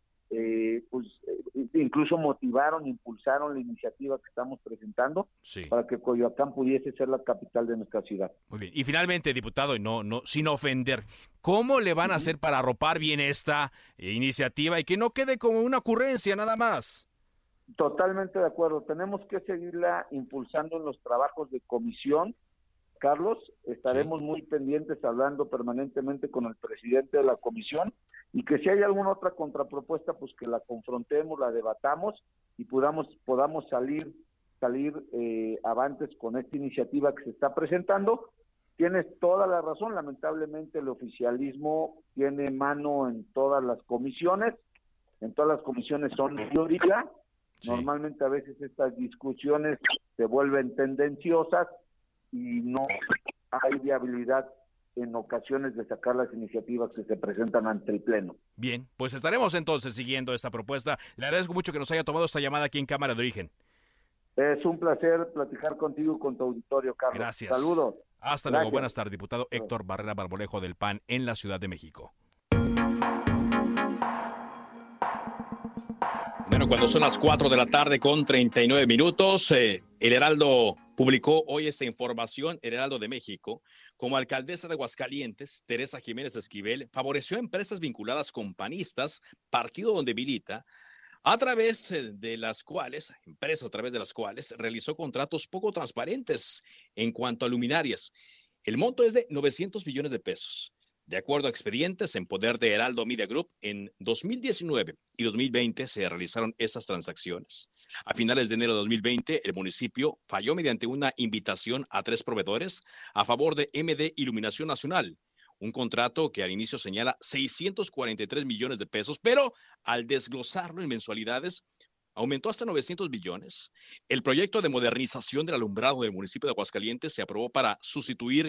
incluso motivaron, impulsaron la iniciativa que estamos presentando para que Coyoacán pudiese ser la capital de nuestra ciudad. Muy bien. Y finalmente, diputado, y no sin ofender, ¿cómo le van a hacer para arropar bien esta iniciativa y que no quede como una ocurrencia nada más? Totalmente de acuerdo. Tenemos que seguirla impulsando en los trabajos de comisión. Carlos, estaremos muy pendientes, hablando permanentemente con el presidente de la comisión, y que si hay alguna otra contrapropuesta, pues que la confrontemos, la debatamos y podamos salir avantes con esta iniciativa que se está presentando. Tienes toda la razón, lamentablemente el oficialismo tiene mano en todas las comisiones son mayoría. Sí. Normalmente a veces estas discusiones se vuelven tendenciosas y no hay viabilidad en ocasiones de sacar las iniciativas que se presentan ante el Pleno. Bien, pues estaremos entonces siguiendo esta propuesta. Le agradezco mucho que nos haya tomado esta llamada aquí en Cámara de Origen. Es un placer platicar contigo y con tu auditorio, Carlos. Gracias. Saludos. Hasta luego. Buenas tardes, diputado Héctor Barrera Barbolejo del PAN en la Ciudad de México. Bueno, cuando son las 4 de la tarde con 39 minutos, el Heraldo publicó hoy esta información. El Heraldo de México, como alcaldesa de Aguascalientes, Teresa Jiménez Esquivel favoreció a empresas vinculadas con panistas, partido donde milita, empresas a través de las cuales realizó contratos poco transparentes en cuanto a luminarias. El monto es de 900 millones de pesos. De acuerdo a expedientes en poder de Heraldo Media Group, en 2019 y 2020 se realizaron esas transacciones. A finales de enero de 2020, el municipio falló mediante una invitación a 3 proveedores a favor de MD Iluminación Nacional, un contrato que al inicio señala 643 millones de pesos, pero al desglosarlo en mensualidades, aumentó hasta 900 millones. El proyecto de modernización del alumbrado del municipio de Aguascalientes se aprobó para sustituir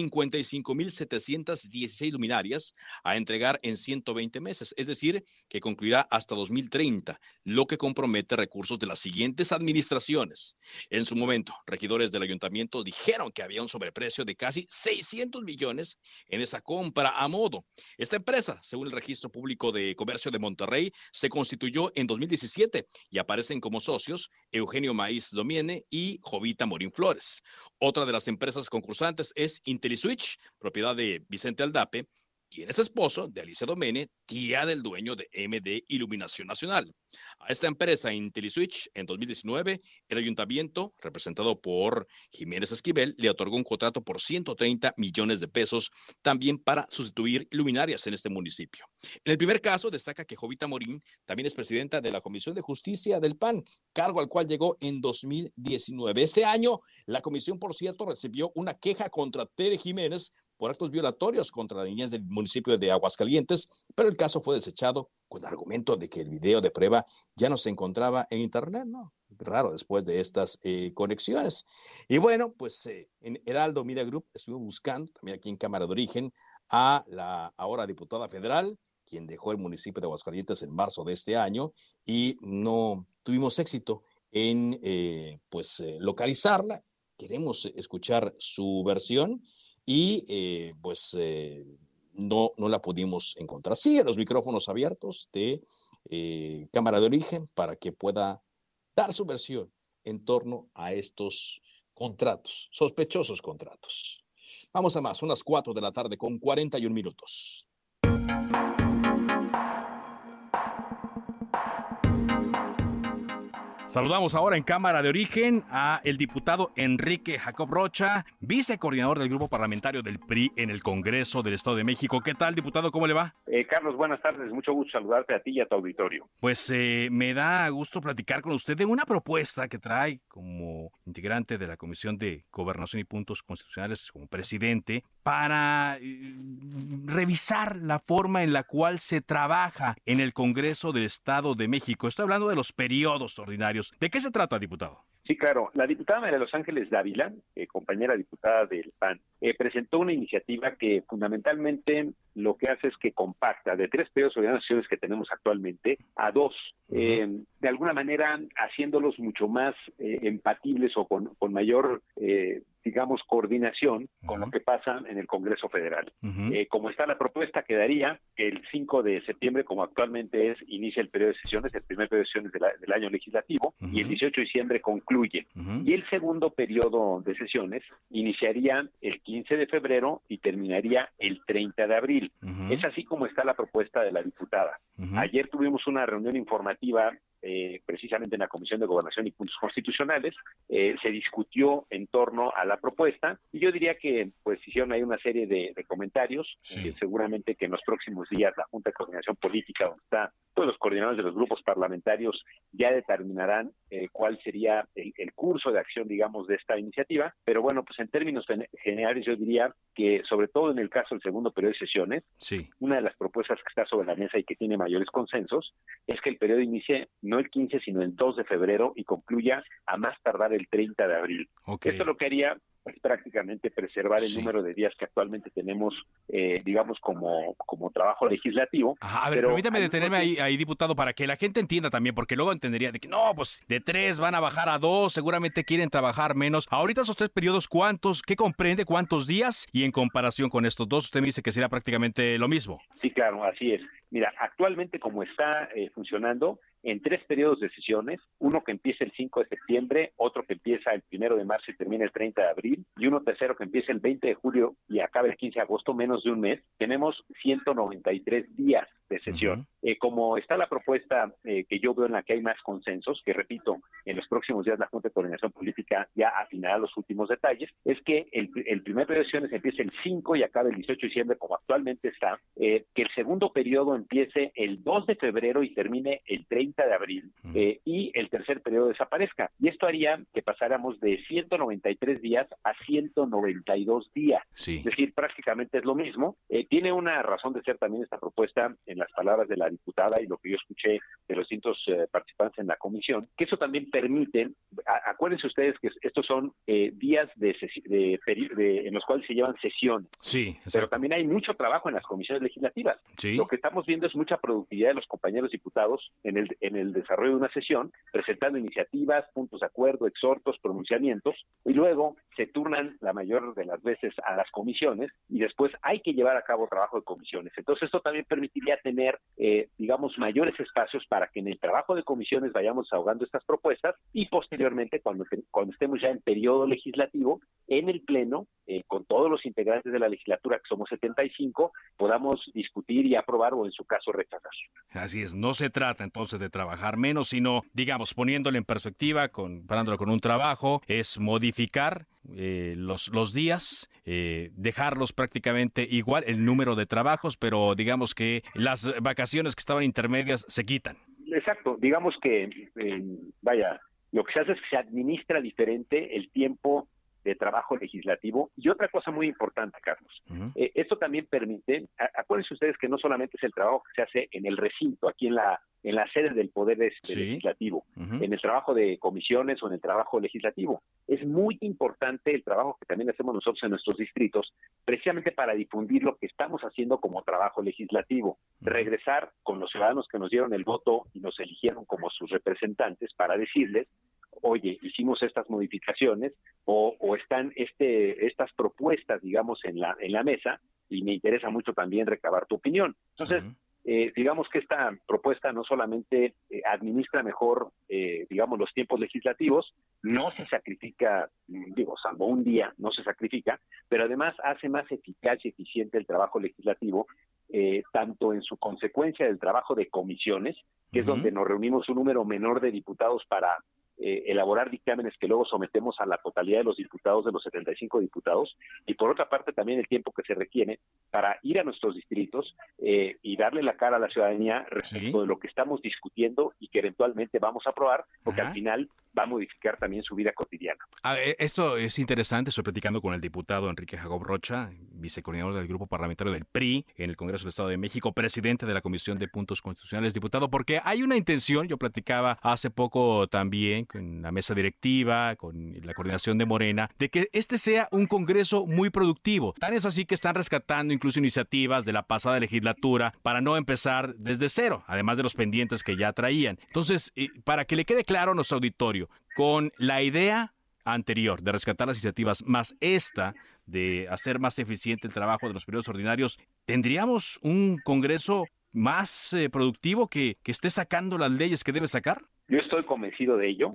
55,716 luminarias a entregar en 120 meses, es decir, que concluirá hasta 2030, lo que compromete recursos de las siguientes administraciones. En su momento, regidores del ayuntamiento dijeron que había un sobreprecio de casi 600 millones en esa compra a modo. Esta empresa, según el Registro Público de Comercio de Monterrey, se constituyó en 2017 y aparecen como socios Eugenio Maíz Domiene y Jovita Morín Flores. Otra de las empresas concursantes es IntelliSwitch, propiedad de Vicente Aldape, quien es esposo de Alicia Domene, tía del dueño de MD Iluminación Nacional. A esta empresa IntelliSwitch, en 2019, el ayuntamiento, representado por Jiménez Esquivel, le otorgó un contrato por 130 millones de pesos, también para sustituir luminarias en este municipio. En el primer caso, destaca que Jovita Morín también es presidenta de la Comisión de Justicia del PAN, cargo al cual llegó en 2019. Este año, la comisión, por cierto, recibió una queja contra Tere Jiménez por actos violatorios contra las niñas del municipio de Aguascalientes, pero el caso fue desechado con el argumento de que el video de prueba ya no se encontraba en internet, ¿no? Raro después de estas conexiones. Y bueno, pues en Heraldo Media Group estuvimos buscando, también aquí en Cámara de Origen, a la ahora diputada federal, quien dejó el municipio de Aguascalientes en marzo de este año, y no tuvimos éxito en localizarla. Queremos escuchar su versión y no la pudimos encontrar. Sigue los micrófonos abiertos de Cámara de Origen para que pueda dar su versión en torno a estos contratos, sospechosos contratos. Vamos a más, son las 4 de la tarde con 41 minutos. Saludamos ahora en Cámara de Origen a el diputado Enrique Jacob Rocha, vicecoordinador del Grupo Parlamentario del PRI en el Congreso del Estado de México. ¿Qué tal, diputado? ¿Cómo le va? Carlos, buenas tardes. Mucho gusto saludarte a ti y a tu auditorio. Pues me da gusto platicar con usted de una propuesta que trae como integrante de la Comisión de Gobernación y Puntos Constitucionales como presidente para revisar la forma en la cual se trabaja en el Congreso del Estado de México. Estoy hablando de los periodos ordinarios. ¿De qué se trata, diputado? Sí, claro. La diputada María de Los Ángeles Dávila, compañera diputada del PAN, presentó una iniciativa que fundamentalmente lo que hace es que compacta de 3 periodos ordinarios que tenemos actualmente a 2, de alguna manera haciéndolos mucho más empatibles o con mayor digamos, coordinación con lo que pasa en el Congreso Federal. Como está la propuesta, quedaría que el 5 de septiembre, como actualmente es, inicia el periodo de sesiones, el primer periodo de sesiones del año legislativo, y el 18 de diciembre concluye. Y el segundo periodo de sesiones iniciaría el 15 de febrero y terminaría el 30 de abril. Es así como está la propuesta de la diputada. Ayer tuvimos una reunión informativa precisamente en la Comisión de Gobernación y Puntos Constitucionales, se discutió en torno a la propuesta y yo diría que pues hicieron ahí una serie de comentarios. Seguramente que en los próximos días la Junta de Coordinación Política, donde está todos los coordinadores de los grupos parlamentarios, ya determinarán cuál sería el curso de acción, digamos, de esta iniciativa. Pero bueno, pues en términos generales yo diría que sobre todo en el caso del segundo periodo de sesiones, una de las propuestas que está sobre la mesa y que tiene mayores consensos es que el periodo inicie no el 15 sino el 2 de febrero y concluya a más tardar el 30 de abril. Esto lo que haría es prácticamente preservar el número de días que actualmente tenemos, digamos, como trabajo legislativo. A ver, permítame detenerme ahí, diputado, para que la gente entienda también, porque luego entendería de que no, pues de 3 van a bajar a 2, seguramente quieren trabajar menos. Ahorita esos 3 periodos, ¿qué comprende? ¿Cuántos días? Y en comparación con estos 2, usted me dice que será prácticamente lo mismo. Sí, claro, así es. Mira, actualmente como está funcionando, en 3 periodos de sesiones, uno que empieza el 5 de septiembre, otro que empieza el 1 de marzo y termina el 30 de abril, y uno tercero que empieza el 20 de julio y acaba el 15 de agosto, menos de un mes, tenemos 193 días de sesión. Como está la propuesta que yo veo en la que hay más consensos, que repito, en los próximos días la Junta de Coordinación Política ya afinará los últimos detalles, es que el primer periodo de sesiones empiece el 5 y acabe el 18 de diciembre, como actualmente está, que el segundo periodo empiece el 2 de febrero y termine el 30 de abril, y el tercer periodo desaparezca. Y esto haría que pasáramos de 193 días a 192 días. Es decir, prácticamente es lo mismo. Tiene una razón de ser también esta propuesta en las palabras de la diputada y lo que yo escuché de los distintos participantes en la comisión, que eso también permite, acuérdense ustedes que estos son días en los cuales se llevan sesiones. Pero también hay mucho trabajo en las comisiones legislativas. Lo que estamos viendo es mucha productividad de los compañeros diputados en el desarrollo de una sesión, presentando iniciativas, puntos de acuerdo, exhortos, pronunciamientos, y luego se turnan la mayor de las veces a las comisiones y después hay que llevar a cabo trabajo de comisiones. Entonces esto también permitiría tener, digamos, mayores espacios para que en el trabajo de comisiones vayamos ahogando estas propuestas y posteriormente cuando estemos ya en periodo legislativo, en el Pleno, con todos los integrantes de la legislatura, que somos 75, podamos discutir y aprobar o en su caso rechazar. Así es, no se trata entonces de trabajar menos, sino, digamos, poniéndolo en perspectiva, comparándolo con un trabajo, es modificar los días, dejarlos prácticamente igual, el número de trabajos, pero digamos que las vacaciones que estaban intermedias se quitan. Exacto, digamos que, lo que se hace es que se administra diferente el tiempo de trabajo legislativo. Y otra cosa muy importante, Carlos, esto también permite, acuérdense ustedes que no solamente es el trabajo que se hace en el recinto, aquí en la sede del Poder Legislativo, en el trabajo de comisiones o en el trabajo legislativo. Es muy importante el trabajo que también hacemos nosotros en nuestros distritos, precisamente para difundir lo que estamos haciendo como trabajo legislativo, regresar con los ciudadanos que nos dieron el voto y nos eligieron como sus representantes para decirles, oye, hicimos estas modificaciones o están estas propuestas, digamos, en la mesa y me interesa mucho también recabar tu opinión. Entonces, digamos que esta propuesta no solamente administra mejor, digamos, los tiempos legislativos, no se sacrifica, salvo un día, no se sacrifica, pero además hace más eficaz y eficiente el trabajo legislativo, tanto en su consecuencia del trabajo de comisiones, que es donde nos reunimos un número menor de diputados para elaborar dictámenes que luego sometemos a la totalidad de los diputados, de los 75 diputados, y por otra parte también el tiempo que se requiere para ir a nuestros distritos y darle la cara a la ciudadanía respecto de lo que estamos discutiendo y que eventualmente vamos a aprobar, porque al final va a modificar también su vida cotidiana. Esto es interesante. Estoy platicando con el diputado Enrique Jacob Rocha, vicecoordinador del grupo parlamentario del PRI en el Congreso del Estado de México, presidente de la Comisión de Puntos Constitucionales. Diputado, porque hay una intención, yo platicaba hace poco también con la mesa directiva, con la coordinación de Morena, de que este sea un Congreso muy productivo. Tan es así que están rescatando incluso iniciativas de la pasada legislatura para no empezar desde cero, además de los pendientes que ya traían. Entonces, para que le quede claro a nuestro auditorio, con la idea anterior de rescatar las iniciativas más esta de hacer más eficiente el trabajo de los periodos ordinarios, ¿tendríamos un Congreso más productivo que esté sacando las leyes que debe sacar? Yo estoy convencido de ello.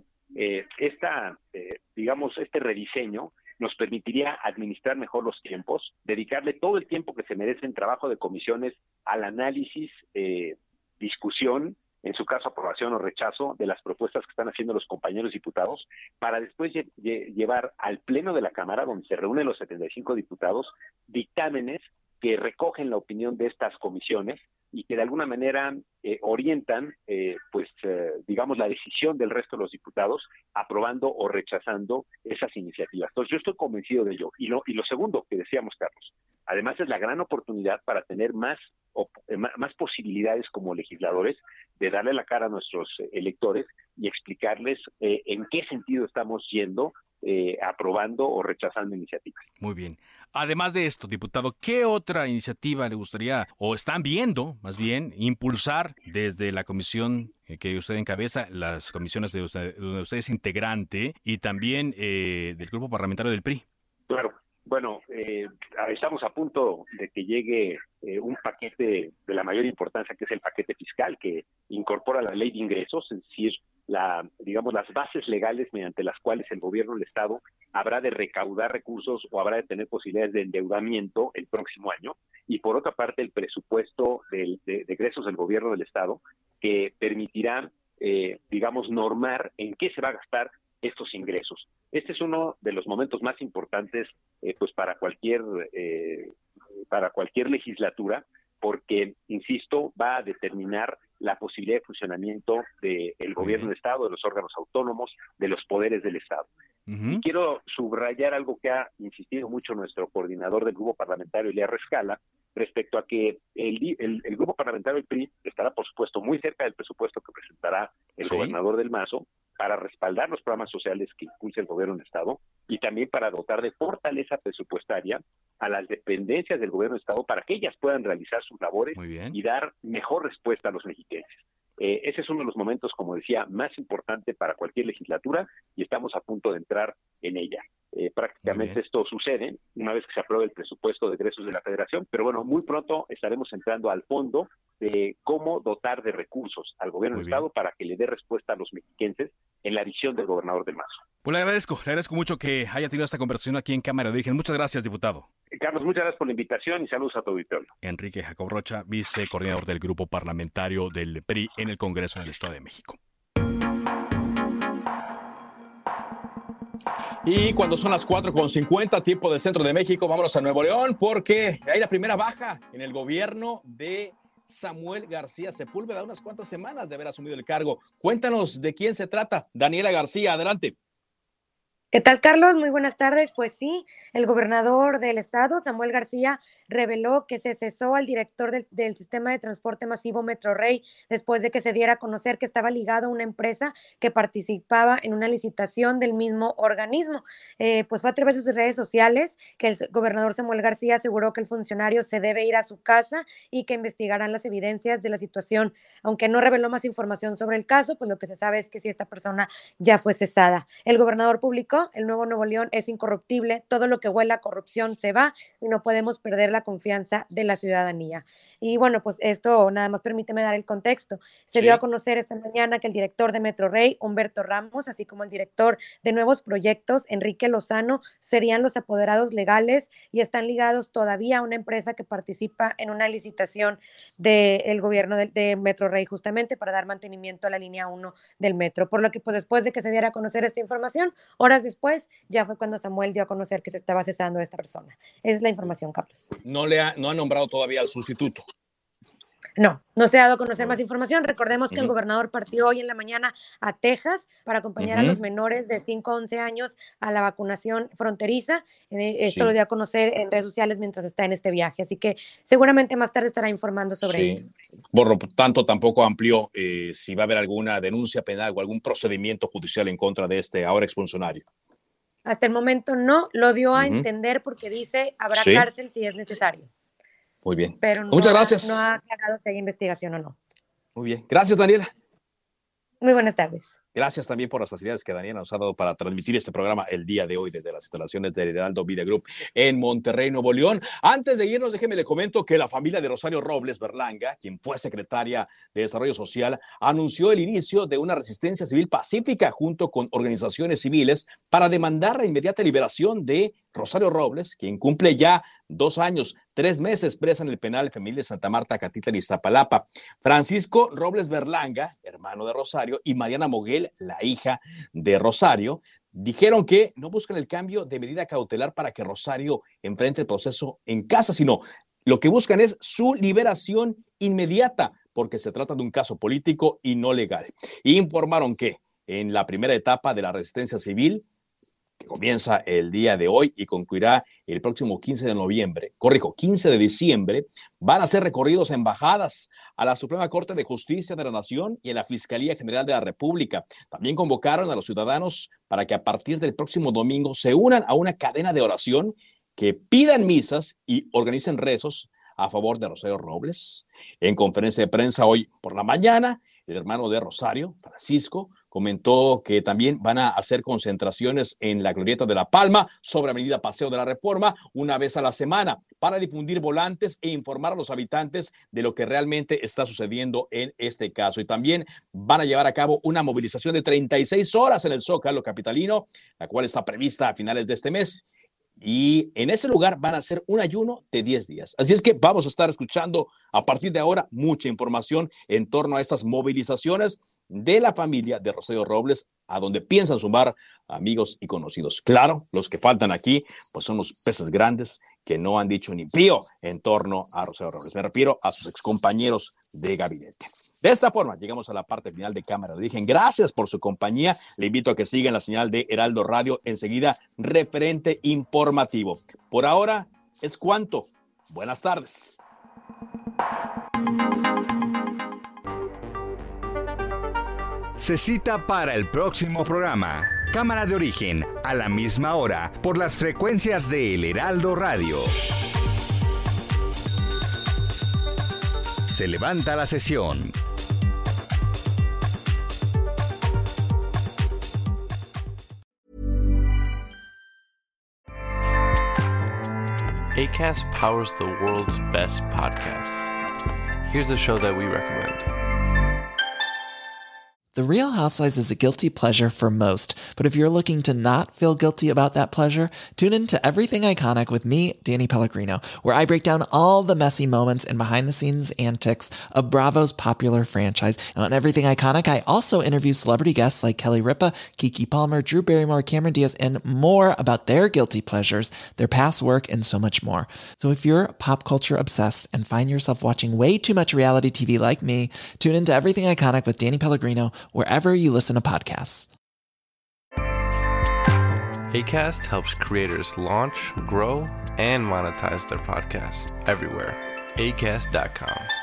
Este rediseño nos permitiría administrar mejor los tiempos, dedicarle todo el tiempo que se merece en trabajo de comisiones al análisis, discusión en su caso aprobación o rechazo de las propuestas que están haciendo los compañeros diputados, para después llevar al Pleno de la Cámara, donde se reúnen los 75 diputados, dictámenes que recogen la opinión de estas comisiones y que de alguna manera orientan, digamos, la decisión del resto de los diputados, aprobando o rechazando esas iniciativas. Entonces, yo estoy convencido de ello. Y lo segundo que decíamos, Carlos, además es la gran oportunidad para tener más posibilidades como legisladores de darle la cara a nuestros electores y explicarles en qué sentido estamos yendo, aprobando o rechazando iniciativas. Muy bien. Además de esto, diputado, ¿qué otra iniciativa le gustaría, o están viendo, más bien, impulsar desde la comisión que usted encabeza, las comisiones donde usted es integrante, y también del grupo parlamentario del PRI? Claro. Bueno, estamos a punto de que llegue un paquete de la mayor importancia, que es el paquete fiscal, que incorpora la ley de ingresos, es decir, las bases legales mediante las cuales el gobierno del Estado habrá de recaudar recursos o habrá de tener posibilidades de endeudamiento el próximo año. Y por otra parte, el presupuesto de egresos del gobierno del Estado, que permitirá, normar en qué se va a gastar estos ingresos. Este es uno de los momentos más importantes para cualquier legislatura, porque, insisto, va a determinar la posibilidad de funcionamiento del gobierno del Estado, de los órganos autónomos, de los poderes del Estado. Y quiero subrayar algo que ha insistido mucho nuestro coordinador del grupo parlamentario, Elías Rescala, respecto a que el grupo parlamentario del PRI estará, por supuesto, muy cerca del presupuesto que presentará el gobernador del Mazo, para respaldar los programas sociales que impulsa el gobierno del Estado y también para dotar de fortaleza presupuestaria a las dependencias del gobierno del Estado para que ellas puedan realizar sus labores y dar mejor respuesta a los mexiquenses. Ese es uno de los momentos, como decía, más importante para cualquier legislatura y estamos a punto de entrar en ella. Prácticamente esto sucede una vez que se apruebe el presupuesto de egresos de la Federación, pero bueno, muy pronto estaremos entrando al fondo de cómo dotar de recursos al gobierno del Estado para que le dé respuesta a los mexiquenses en la visión del gobernador del Mazo. Pues le agradezco mucho que haya tenido esta conversación aquí en Cámara de Origen. Muchas gracias, diputado. Carlos, muchas gracias por la invitación y saludos a tu auditorio. Enrique Jacob Rocha, vicecoordinador del grupo parlamentario del PRI en el Congreso del Estado de México. Y cuando son las 4:50, tiempo del centro de México, vámonos a Nuevo León, porque hay la primera baja en el gobierno de Samuel García Sepúlveda, unas cuantas semanas de haber asumido el cargo. Cuéntanos de quién se trata. Daniela García, adelante. ¿Qué tal, Carlos? Muy buenas tardes. Pues sí, el gobernador del estado, Samuel García, reveló que se cesó al director del sistema de transporte masivo Metrorrey después de que se diera a conocer que estaba ligado a una empresa que participaba en una licitación del mismo organismo. Pues fue a través de sus redes sociales que el gobernador Samuel García aseguró que el funcionario se debe ir a su casa y que investigarán las evidencias de la situación. Aunque no reveló más información sobre el caso, pues lo que se sabe es que sí, esta persona ya fue cesada. El gobernador publicó: el nuevo Nuevo León es incorruptible, todo lo que huela a corrupción se va y no podemos perder la confianza de la ciudadanía. Y bueno, pues esto nada más permíteme dar el contexto. Se dio a conocer esta mañana que el director de Metrorrey, Humberto Ramos, así como el director de Nuevos Proyectos, Enrique Lozano, serían los apoderados legales y están ligados todavía a una empresa que participa en una licitación del gobierno de Metrorrey, justamente para dar mantenimiento a la línea 1 del metro. Por lo que pues después de que se diera a conocer esta información, horas después, ya fue cuando Samuel dio a conocer que se estaba cesando a esta persona. Esa es la información, Carlos. No ha nombrado todavía al sustituto. No se ha dado a conocer más información. Recordemos que el gobernador partió hoy en la mañana a Texas para acompañar a los menores de 5 a 11 años a la vacunación fronteriza. Esto lo dio a conocer en redes sociales mientras está en este viaje. Así que seguramente más tarde estará informando sobre esto. Por lo tanto, tampoco amplió si va a haber alguna denuncia penal o algún procedimiento judicial en contra de este ahora exfuncionario. Hasta el momento no, lo dio a entender porque dice habrá cárcel si es necesario. Muy bien. Pero muchas gracias. No ha aclarado si hay investigación o no. Muy bien. Gracias, Daniela. Muy buenas tardes. Gracias también por las facilidades que Daniela nos ha dado para transmitir este programa el día de hoy desde las instalaciones del Heraldo Media Group en Monterrey, Nuevo León. Antes de irnos, déjeme le comento que la familia de Rosario Robles Berlanga, quien fue secretaria de Desarrollo Social, anunció el inicio de una resistencia civil pacífica junto con organizaciones civiles para demandar la inmediata liberación de Rosario Robles, quien cumple ya 2 años, 3 meses presa en el penal femenil de Santa Marta, Catitla, Iztapalapa. Francisco Robles Berlanga, hermano de Rosario, y Mariana Moguel, la hija de Rosario, dijeron que no buscan el cambio de medida cautelar para que Rosario enfrente el proceso en casa, sino lo que buscan es su liberación inmediata, porque se trata de un caso político y no legal. Y informaron que en la primera etapa de la resistencia civil, que comienza el día de hoy y concluirá el próximo 15 de diciembre, van a ser recorridos a embajadas, a la Suprema Corte de Justicia de la Nación y a la Fiscalía General de la República. También convocaron a los ciudadanos para que a partir del próximo domingo se unan a una cadena de oración, que pidan misas y organicen rezos a favor de Rosario Robles. En conferencia de prensa hoy por la mañana, el hermano de Rosario, Francisco, comentó que también van a hacer concentraciones en la Glorieta de La Palma sobre Avenida Paseo de la Reforma una vez a la semana para difundir volantes e informar a los habitantes de lo que realmente está sucediendo en este caso. Y también van a llevar a cabo una movilización de 36 horas en el Zócalo capitalino, la cual está prevista a finales de este mes. Y en ese lugar van a hacer un ayuno de 10 días. Así es que vamos a estar escuchando a partir de ahora mucha información en torno a estas movilizaciones de la familia de Rosario Robles, a donde piensan sumar amigos y conocidos. Claro, los que faltan aquí pues son los peces grandes que no han dicho ni pío en torno a Rosario Robles. Me refiero a sus excompañeros de gabinete. De esta forma, llegamos a la parte final de Cámara de Origen. Gracias por su compañía. Le invito a que sigan la señal de Heraldo Radio. Enseguida, referente informativo. Por ahora, es cuanto. Buenas tardes. Se cita para el próximo programa. Cámara de Origen, a la misma hora, por las frecuencias de El Heraldo Radio. Se levanta la sesión. Acast powers the world's best podcasts. Here's a show that we recommend. The Real Housewives is a guilty pleasure for most, but if you're looking to not feel guilty about that pleasure, tune in to Everything Iconic with me, Danny Pellegrino, where I break down all the messy moments and behind-the-scenes antics of Bravo's popular franchise. And on Everything Iconic, I also interview celebrity guests like Kelly Ripa, Keke Palmer, Drew Barrymore, Cameron Diaz, and more about their guilty pleasures, their past work, and so much more. So if you're pop culture obsessed and find yourself watching way too much reality TV like me, tune in to Everything Iconic with Danny Pellegrino, wherever you listen to podcasts. Acast helps creators launch, grow, and monetize their podcasts everywhere. Acast.com.